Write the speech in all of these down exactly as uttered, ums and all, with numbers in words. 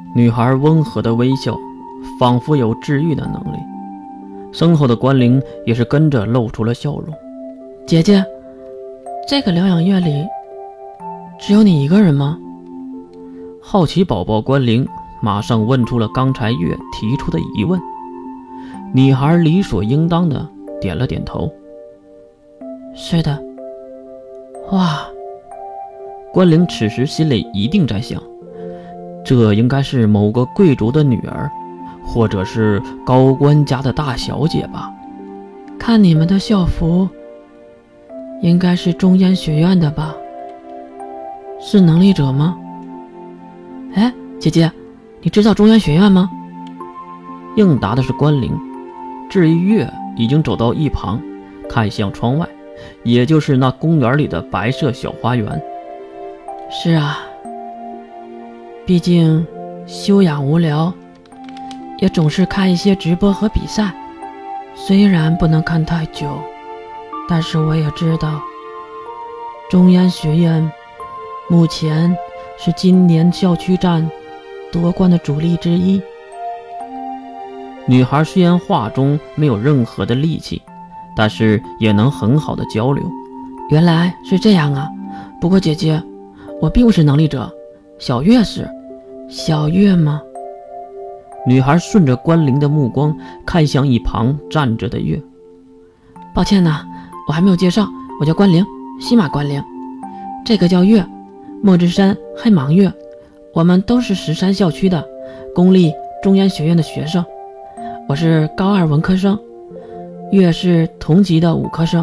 女孩温和的微笑，仿佛有治愈的能力。身后的关灵也是跟着露出了笑容。 姐姐，这个疗养院里只有你一个人吗？ 好奇宝宝关灵马上问出了刚才月提出的疑问。女孩理所应当的点了点头。 是的。哇， 关灵此时心里一定在想，这应该是某个贵族的女儿，或者是高官家的大小姐吧。 看你们的校服，应该是中央学院的吧？是能力者吗？哎，姐姐，你知道中央学院吗？ 应答的是关灵。至于月已经走到一旁，看向窗外，也就是那公园里的白色小花园。 是啊，毕竟休养无聊，也总是看一些直播和比赛，虽然不能看太久，但是我也知道中央学院目前是今年校区战夺冠的主力之一。 女孩虽然话中没有任何的力气，但是也能很好的交流。 原来是这样啊，不过姐姐，我并不是能力者，小月是。小月吗？ 女孩顺着关灵的目光看向一旁站着的月。 抱歉呐、啊，我还没有介绍，我叫关灵，西马关灵。这个叫月，莫之山、黑芒月，我们都是石山校区的公立中央学院的学生。我是高二文科生，月是同级的五科生。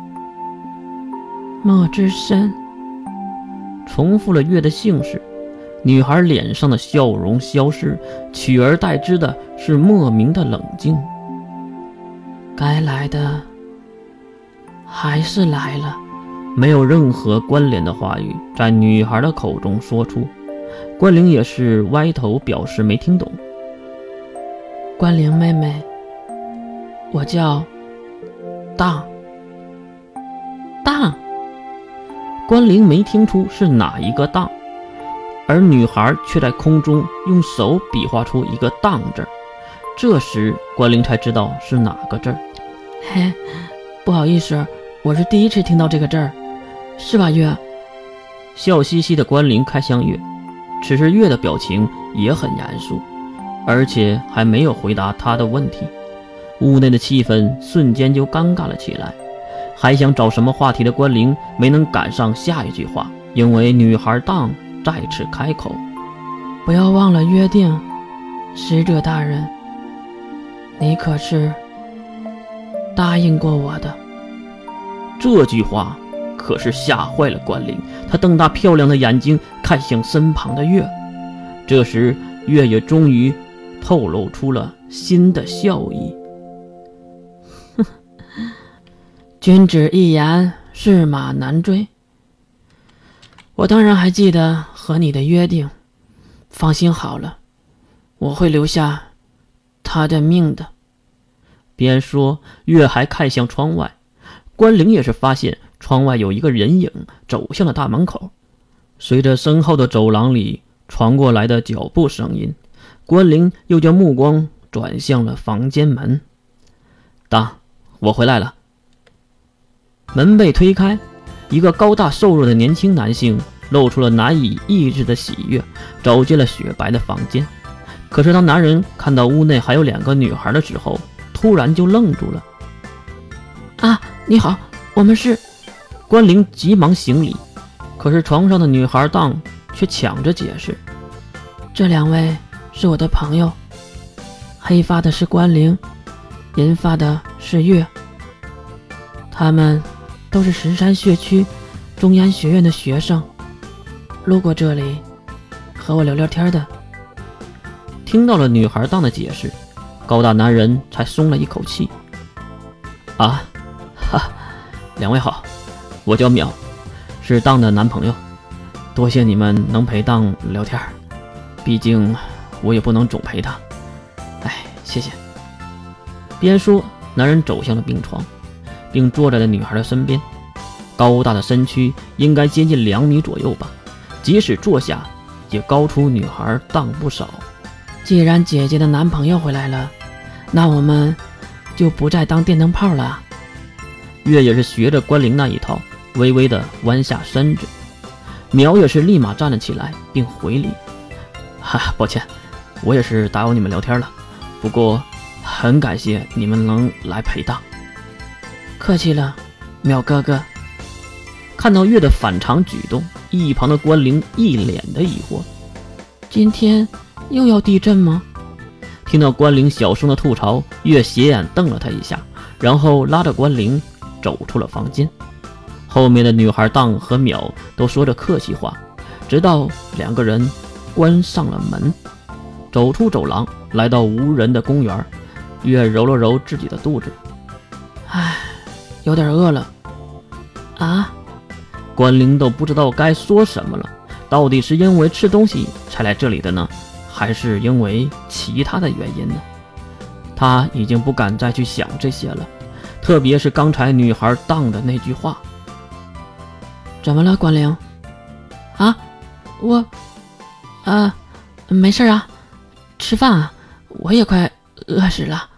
莫之山重复了月的姓氏，女孩脸上的笑容消失，取而代之的是莫名的冷静。 该来的还是来了。 没有任何关联的话语在女孩的口中说出，关灵也是歪头表示没听懂。 关灵妹妹，我叫当当。 关灵没听出是哪一个当，而女孩却在空中用手比划出一个当字。这时关灵才知道是哪个字。 嘿，不好意思，我是第一次听到这个字儿，是吧月？ 笑嘻嘻的关灵看向月，此时月的表情也很严肃，而且还没有回答他的问题。屋内的气氛瞬间就尴尬了起来。还想找什么话题的关灵没能赶上下一句话，因为女孩当再次开口。 不要忘了约定，使者大人，你可是答应过我的。 这句话可是吓坏了关灵，他瞪大漂亮的眼睛看向身旁的月。这时月也终于透露出了新的笑意。 君子一言，驷马难追。我当然还记得和你的约定，放心好了，我会留下他的命的。 边说，月还看向窗外。关灵也是发现窗外有一个人影走向了大门口。随着身后的走廊里传过来的脚步声音，关灵又将目光转向了房间门。当，我回来了。门被推开，一个高大瘦弱的年轻男性露出了难以抑制的喜悦，走进了雪白的房间。可是当男人看到屋内还有两个女孩的时候，突然就愣住了。 啊，你好，我们是…… 关灵急忙行礼，可是床上的女孩当却抢着解释： 这两位是我的朋友，黑发的是关灵，银发的是月，他们都是石山学区中央学院的学生，路过这里和我聊聊天的。 听到了女孩当的解释，高大男人才松了一口气。啊，哈，两位好，我叫淼，是当的男朋友，多谢你们能陪当聊天，毕竟我也不能总陪他，哎，谢谢。边说，男人走向了病床，并坐在了女孩的身边。高大的身躯应该接近两米左右吧，即使坐下也高出女孩当不少。 既然姐姐的男朋友回来了，那我们就不再当电灯泡了。 月也是学着关灵那一套，微微的弯下身子。苗也是立马站了起来，并回礼：哈，抱歉，我也是打扰你们聊天了，不过很感谢你们能来陪当。 客气了，苗哥哥。 看到月的反常举动，一旁的关灵一脸的疑惑： 今天又要地震吗？ 听到关灵小声的吐槽，月斜眼瞪了他一下，然后拉着关灵走出了房间。后面的女孩当和淼都说着客气话，直到两个人关上了门，走出走廊，来到无人的公园。月揉了揉自己的肚子， 唉，有点饿了。啊？ 关灵都不知道该说什么了，到底是因为吃东西才来这里的呢，还是因为其他的原因呢？他已经不敢再去想这些了，特别是刚才女孩当的那句话。 怎么了，关灵？啊，我，啊，没事啊，吃饭啊，我也快饿死了。